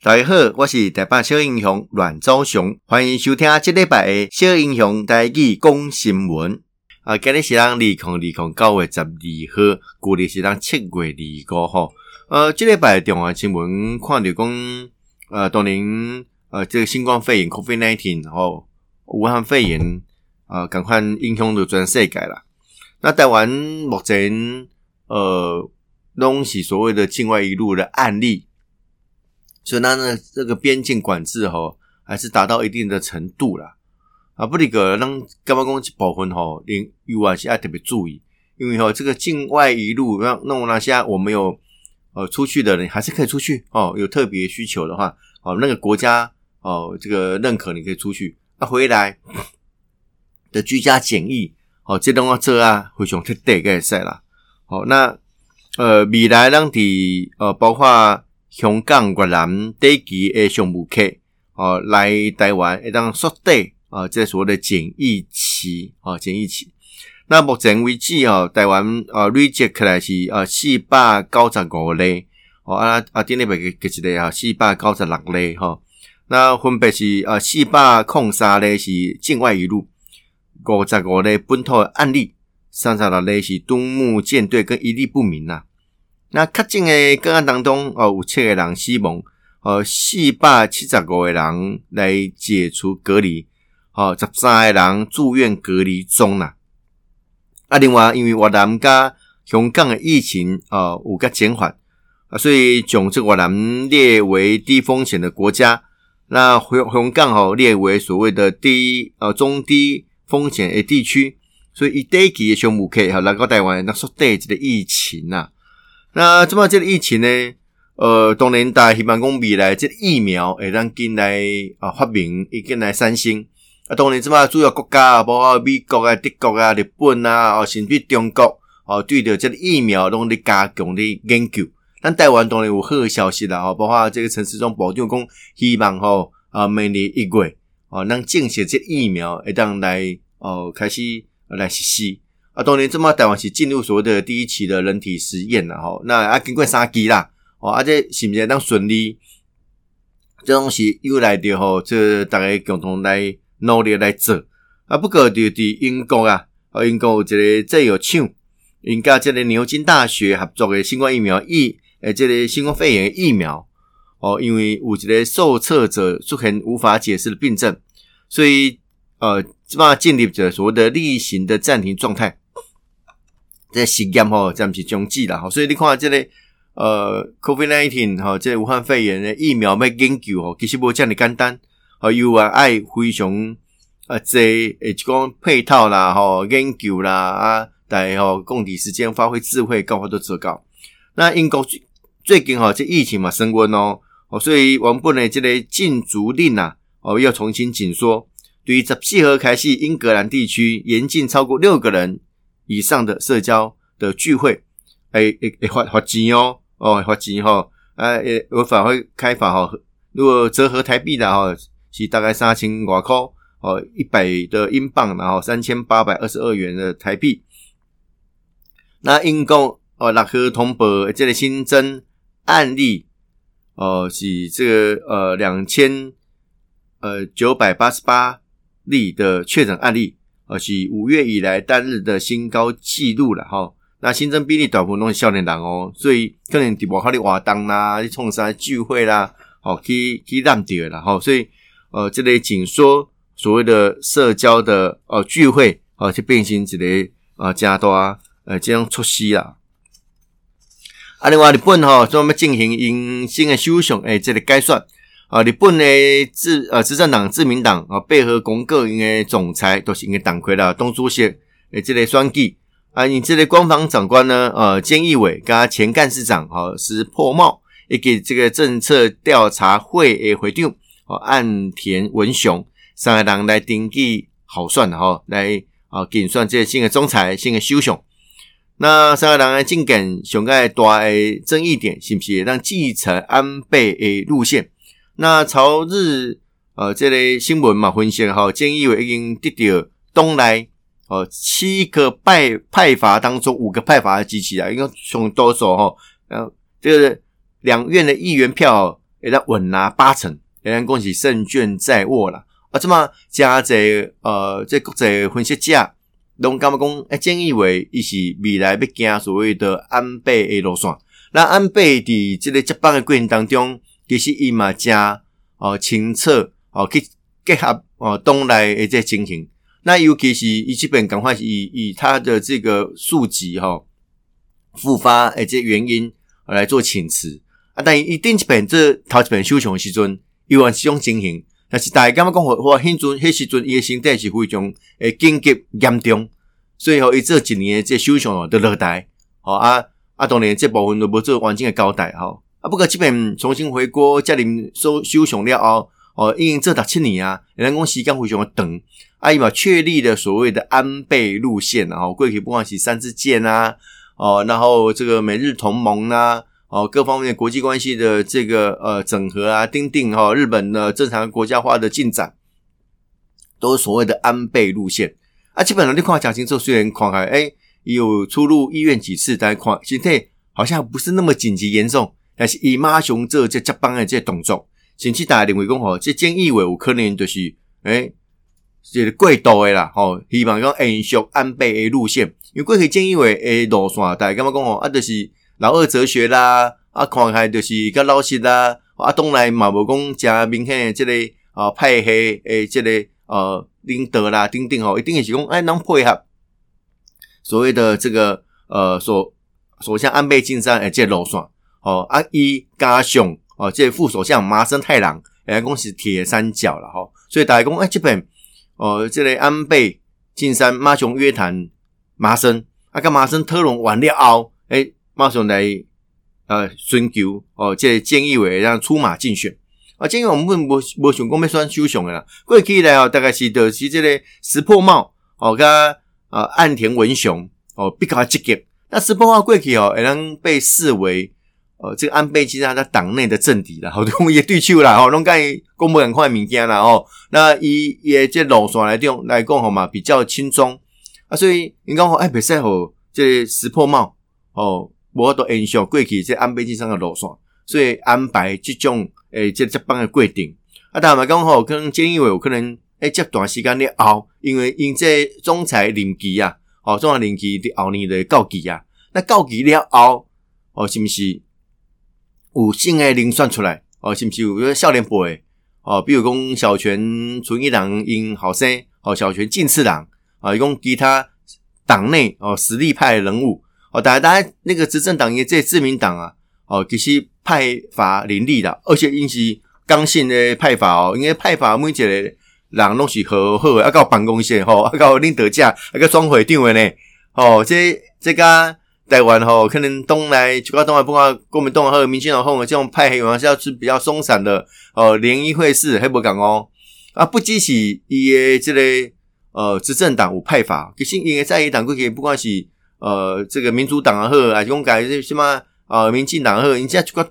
大家好，我是台北小英雄阮昭雄，欢迎收听这礼拜的小英雄台语讲新闻。今日是咱2020年9月12号，旧历是咱7月25号。这礼拜重要新闻看到讲，当年这个新冠肺炎 COVID-19 武汉肺炎赶快影响到全世界啦。那台湾目前拢是所谓的境外移入的案例。所以呢，这个边境管制还是达到一定的程度啦。不离个咱感觉讲一部分连以外是要特别注意，因为这个境外移入弄那些我们有出去的人还是可以出去有特别需求的话那个国家这个认可你可以出去回来的居家检疫这拢要做非常彻底个会使啦。那未来咱伫包括香港、越南短期的商务客来台湾会当缩短这所谓的检疫期检疫期。那目前为止台湾累积起来是495例顶礼拜一个496例那分别是403例是境外移入，55例本土的案例，36例是敦睦舰队跟一例不明啦。那确诊的个案当中有7个人死亡，475个人来解除隔离，13个人住院隔离中啦。另外因为越南跟香港的疫情有较减缓所以将这个越南列为低风险的国家，那香港列为所谓的中低风险的地区，所以短期的商务客来到台湾那缩短这个疫情啊。那这么这个疫情呢当然大家希望讲未来这个疫苗会让进来发明进来产生当然这么主要国家包括美国德国日本甚至中国对着这个疫苗拢在加强的研究。咱台湾当然有好的消息啦包括这个陈时中保证讲希望明年1月咱正式这个疫苗会当来开始来实施当然这么台湾是进入所谓的第一期的人体实验啦那经过3期啦这是不是当顺利，这东西又来到这大家共同来努力来做不过就伫英国英国有一个这有厂因甲这个牛津大学合作的新冠疫苗这个新冠肺炎的疫苗因为有一个受测者出现无法解释的病症，所以这么建立着所谓的例行的暂停状态。这实验暂时终止啦所以你看这个COVID-19 这个武汉肺炎的疫苗要研究其实无这么简单又要非常这讲配套啦研究啦大家共体时间发挥智慧搞法都做到。那英国最近这疫情嘛升温所以原本的这个禁足令要重新紧缩，对于14号开始英格兰地区严禁超过6个人以上的社交的聚会会罚钱罚钱违法会开罚如果折合台币的是大概3000多块100的英镑然后3822元的台币。那英国6号通报这个新增案例是这个2988例的确诊案例是5月以来单日的新高纪录啦那新增比例大部分都是少年人所以可能在外口的活动啦去创啥聚会啦去染到啦所以这个紧缩所谓的社交的聚会去变成一个加大这种措施啦。另外日本专门进行因新的首相这个改选日本的执政党自民党配合公告因的总裁都是因的党魁啦东主席这个选举因这个官方长官呢菅义伟跟前干事长石破茂以及这个政策调查会的会长岸田文雄3个人来登记候选来竞选这个新的总裁新的首相。那3个人的政见上个大的争议点是不是让继承安倍的路线。那朝日这个新闻嘛分析菅义伟已经得到党内7个派阀当中5个派阀的支持应该上多数这个两院的议员票会当稳拿80%，咱讲是胜券在握啦。这么加这国际分析家拢感觉讲，建议为伊是未来要行所谓的安倍的路线。那安倍伫这个接班的过程当中，其实伊嘛加清澈去结合党内的这情形。那尤其是伊这边赶快以他的这个诉极复发的这原因来做请辞但伊顶一遍这头一遍首相的时阵，伊原是这种情形。但是大家感觉讲，迄时阵伊的身体是非常紧急严重，所以伊这一年的这首相就落台当然这部分都无做完整的交代不过这边重新回国接任首相了后已经做7年咱讲时间非常的长伊嘛确立了所谓的安倍路线过去不管是三支箭然后这个美日同盟各方面的国际关系的这个整合订日本的正常国家化的进展，都是所谓的安倍路线基本上你看讲清楚，虽然看起来有出入医院几次，但看身体好像不是那么紧急严重，但是伊马上做这接班的这动作，甚至大家认为讲这菅义伟有可能就是这个过度的啦希望讲延续安倍的路线，因为过去菅义伟的路线大家感觉讲就是老二哲学啦看起来就是较老实啦当然嘛无讲真明显的这个派系的这个领导啦等等一定是讲能配合所谓的这个首相安倍晋三的这路线伊加上这副首相麻生太郎讲是铁三角啦所以大家讲这边这个安倍晋三马上约谈麻生跟麻生讨论完了后马上来寻求这个菅义伟让出马竞选菅义伟我们无想讲要选首相的啦，过去来大概是就是这个石破茂跟岸田文雄比较积极。那石破茂过去会能被视为这个安倍晋三在党内的政敌啦，讲伊对手啦拢甲伊讲无同款的物件啦那伊的这路线来讲嘛比较轻松所以因讲袂使互这个石破茂无法度延续过去这安倍晋三的路线，所以安排这种这接班的规定当然嘛讲可能菅义伟有可能这段时间了后，因为这总裁任期总裁任期后年就到期那到期了后是不是有新的人选出来是不是有少年辈比如讲小泉纯一郎因后生小泉进次郎讲其他党内实力派的人物当然那个执政党也这自民党其实派阀林立啦，而且因是刚性的派阀因为派阀每一个人拢是好好的到办公室到领导者到双会长的呢这个台湾可能东来就到东来不管国民党和民进党后这种派系原来是比较松散的联谊会式还不讲不只是伊的这个执政党有派阀，其实因为在野党过去不管是这个民主党好还是讲改什么民进党好，人家这个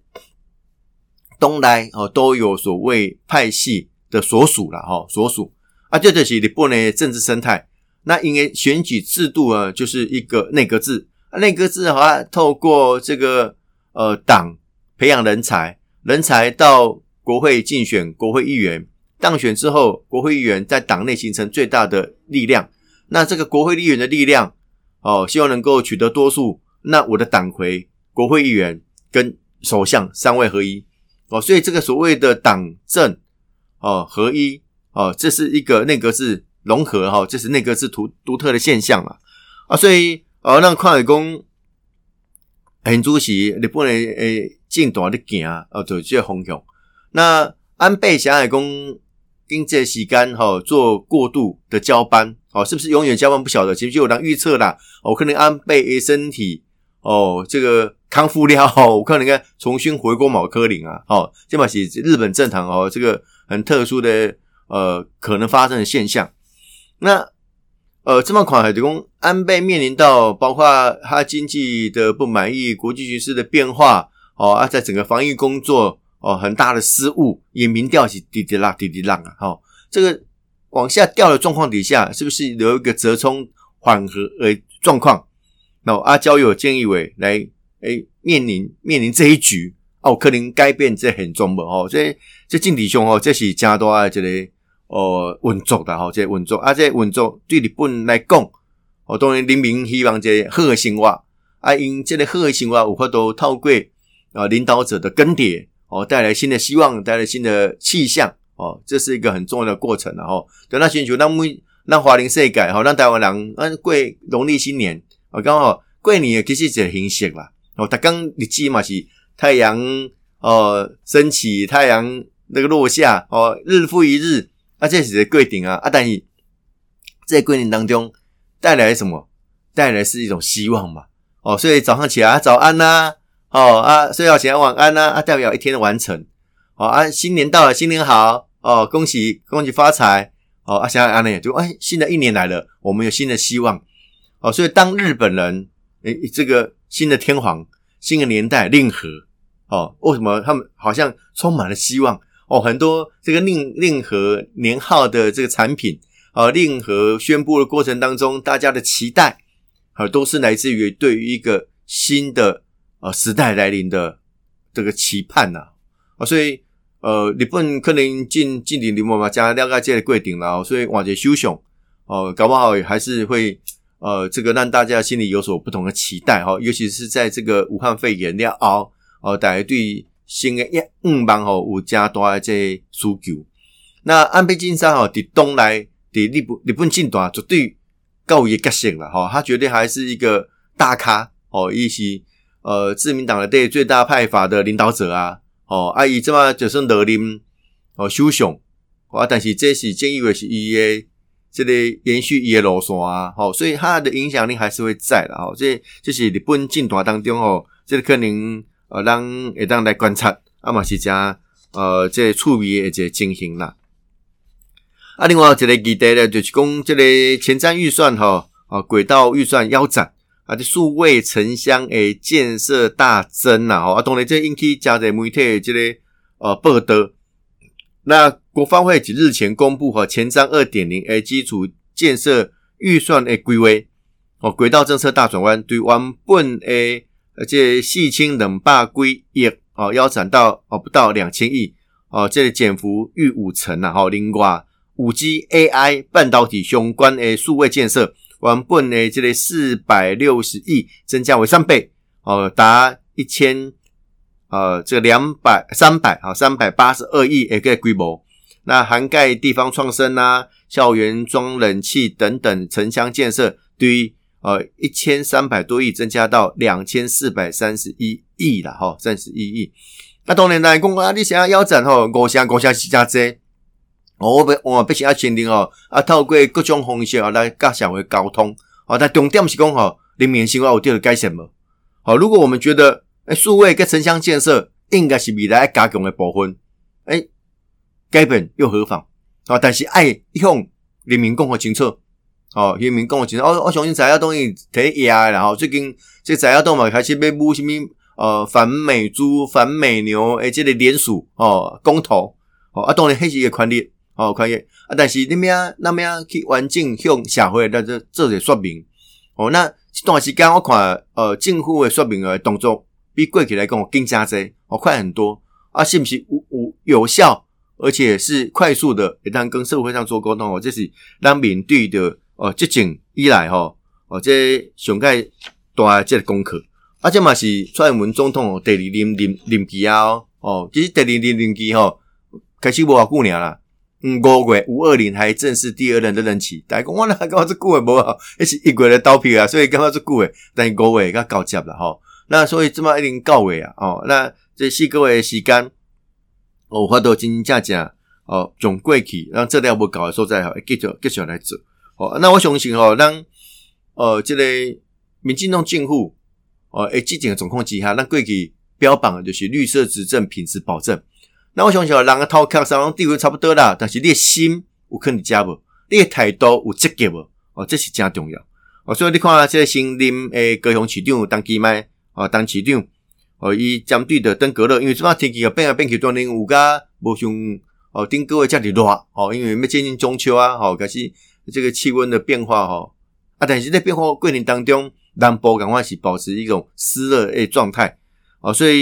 东来都有所谓派系的所属啦所属这就是日本的政治生态。那因为选举制度就是一个内阁制内阁制透过这个党培养人才到国会竞选国会议员，当选之后国会议员在党内形成最大的力量，那这个国会议员的力量希望能够取得多数，那我的党魁国会议员跟首相三位合一所以这个所谓的党政合一这是一个内阁制融合这是内阁制独特的现象啦所以咱看讲很主席日本的进度在行就这个方向。那安倍想要讲跟这时间做过度的交班是不是永远交班不晓得，其实就有人预测啦可能安倍的身体这个康复了有可能重新回国某科林这嘛是日本政坛这个很特殊的可能发生的现象。那这么看就讲安倍面临到包括他经济的不满意，国际局势的变化在整个防疫工作很大的失误，也民调是滴滴浪这个往下掉的状况底下，是不是有一个折冲缓和的状况？交由菅义伟来面临这一局有可能改变这现状无吼？这政治上吼，这是真大的一个运作啦吼，这运作啊，这运作对日本来讲，当然人民希望这好的生活啊，因这个好的生活有法度透过领导者的更迭带来新的希望，带来新的气象这是一个很重要的过程啦吼。对，那寻求咱华人世界咱台湾人过农历新年刚好过年其实一个形式啦逐天日子嘛是太阳升起，太阳那个落下日复一日这是一个过程但是这个过程当中带来什么？带来是一种希望嘛所以早上起来早安睡觉起来晚安代表一天的完成新年到了，新年好恭喜发财现在呢就新的一年来了，我们有新的希望所以当日本人这个新的天皇新的年代令和为什么他们好像充满了希望很多这个令和年号的这个产品令和宣布的过程当中，大家的期待都是来自于对于一个新的时代来临的这个期盼所以日本可能进程里面嘛加了解这个过程啦所以换一个首相搞不好还是会这个让大家心里有所不同的期待尤其是在这个武汉肺炎了后大家对新的5万有加大的这个需求。那安倍晋三在东来在日本政坛绝对够有角色啦他绝对还是一个大咖他是自民党的最大派阀的领导者他这么就是落任首相但是这是建议为是他的这个延续他的路线所以他的影响力还是会在啦这是日本政坛当中这个可能咱会当来观察嘛是真这趣味的一个情形啦另外一个议题呢就是讲这个前瞻预算轨道预算腰斩这数位城乡的建设大增啦当然这引起真侪媒体的这个报道。那国发会几日前公布前瞻 2.0 的基础建设预算的规划轨道政策大转弯，对原本的这4200几亿腰斩到不到2000亿这个减幅逾50%啦另外 5G AI 半导体相关的数位建设原本的这个460亿增加为3倍达1000这个382亿的个规模，那涵盖地方创生校园装冷气等等城乡建设，对于1300多亿增加到2431亿啦31亿。那当然来讲你想要腰斩5成是真多我必须要承认透过各种方式来甲社会沟通但重点是讲人民生活有得到改善无如果我们觉得数位跟城乡建设应该是未来要加强的部分改变又何妨但是要向人民讲清楚人民讲清楚我相信材料东西提压啦最近这材料东嘛开始要买什么反美猪反美牛这个联署公投当然迄是一个权利但是你怎么去完整向社会来做一个说明那这段时间我看政府的说明的动作比过去来讲更加多快很多是不是有效而且是快速的会当跟社会上做沟通这是咱面对的这前以来这上界大这个功课这嘛是蔡英文总统第2任期其实第2任期开始无偌久尔啦5月520还正是第2任的任期大家讲我感觉这久的无那是1月的投票所以感觉这久的但是5月到9月啦那所以这么一定到位那这4个月的时间有法度真正从过去让这条无够的所在继续来做那我相信咱这个民进党政府这整个状况之下咱过去标榜的就是绿色执政品质保证那我相信人的头壳上地位差不多啦但是你的心有可能加无你的态度有积极无这是真重要所以你看这个新任的高雄市长当期迈当市长伊针对的登革热因为这摆天气变来变去当然有甲无像顶个月这么热因为要接近中秋开始这个气温的变化但是在变化过程当中南部赶快是保持一种湿热的状态所以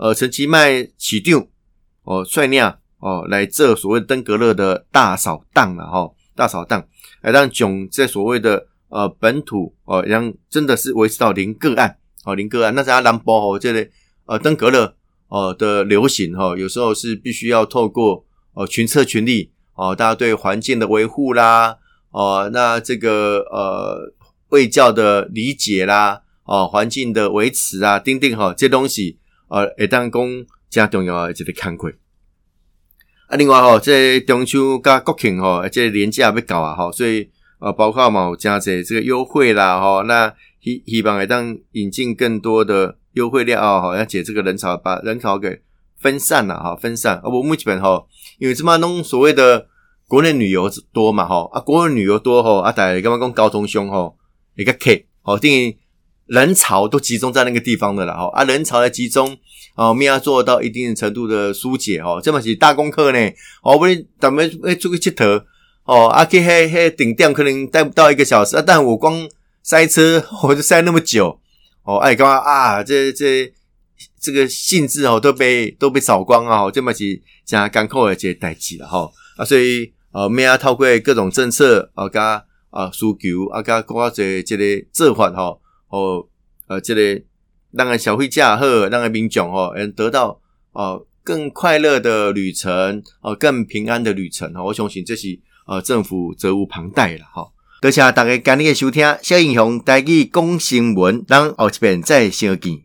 陈其迈市长率领来做所谓登革热的大扫荡啦大扫荡，来让囧这所谓的本土让真的是维持到零个案零个案。那在南部这个登革热的流行有时候是必须要透过群策群力大家对环境的维护啦那这个卫教的理解啦环境的维持啊等等这东西会当讲真重要的一个工作。另外这中秋甲国庆这连假要到啊所以包括嘛有真侪这个优惠啦那希望会当引进更多的优惠料要解这个人潮，把人潮给分散啦分散。我目前因为这么弄所谓的国内旅游多嘛国内旅游多大家感觉讲交通上会较客等于人潮都集中在那个地方的啦人潮的集中我们要做到一定的程度的疏解这嘛是大功课呢不然咱们要出去佚佗去迄顶点可能待不到1个小时但我光塞车我就塞那么久干嘛这个兴致都被扫光这嘛是真艰苦的一个代志啦所以我们要透过各种政策加需求加更加侪这个做法这个让个消费者好让个民众能得到更快乐的旅程更平安的旅程我相信这是政府责无旁贷啦多谢大家今日的收听，小英雄台语讲新闻，咱后一遍再相见。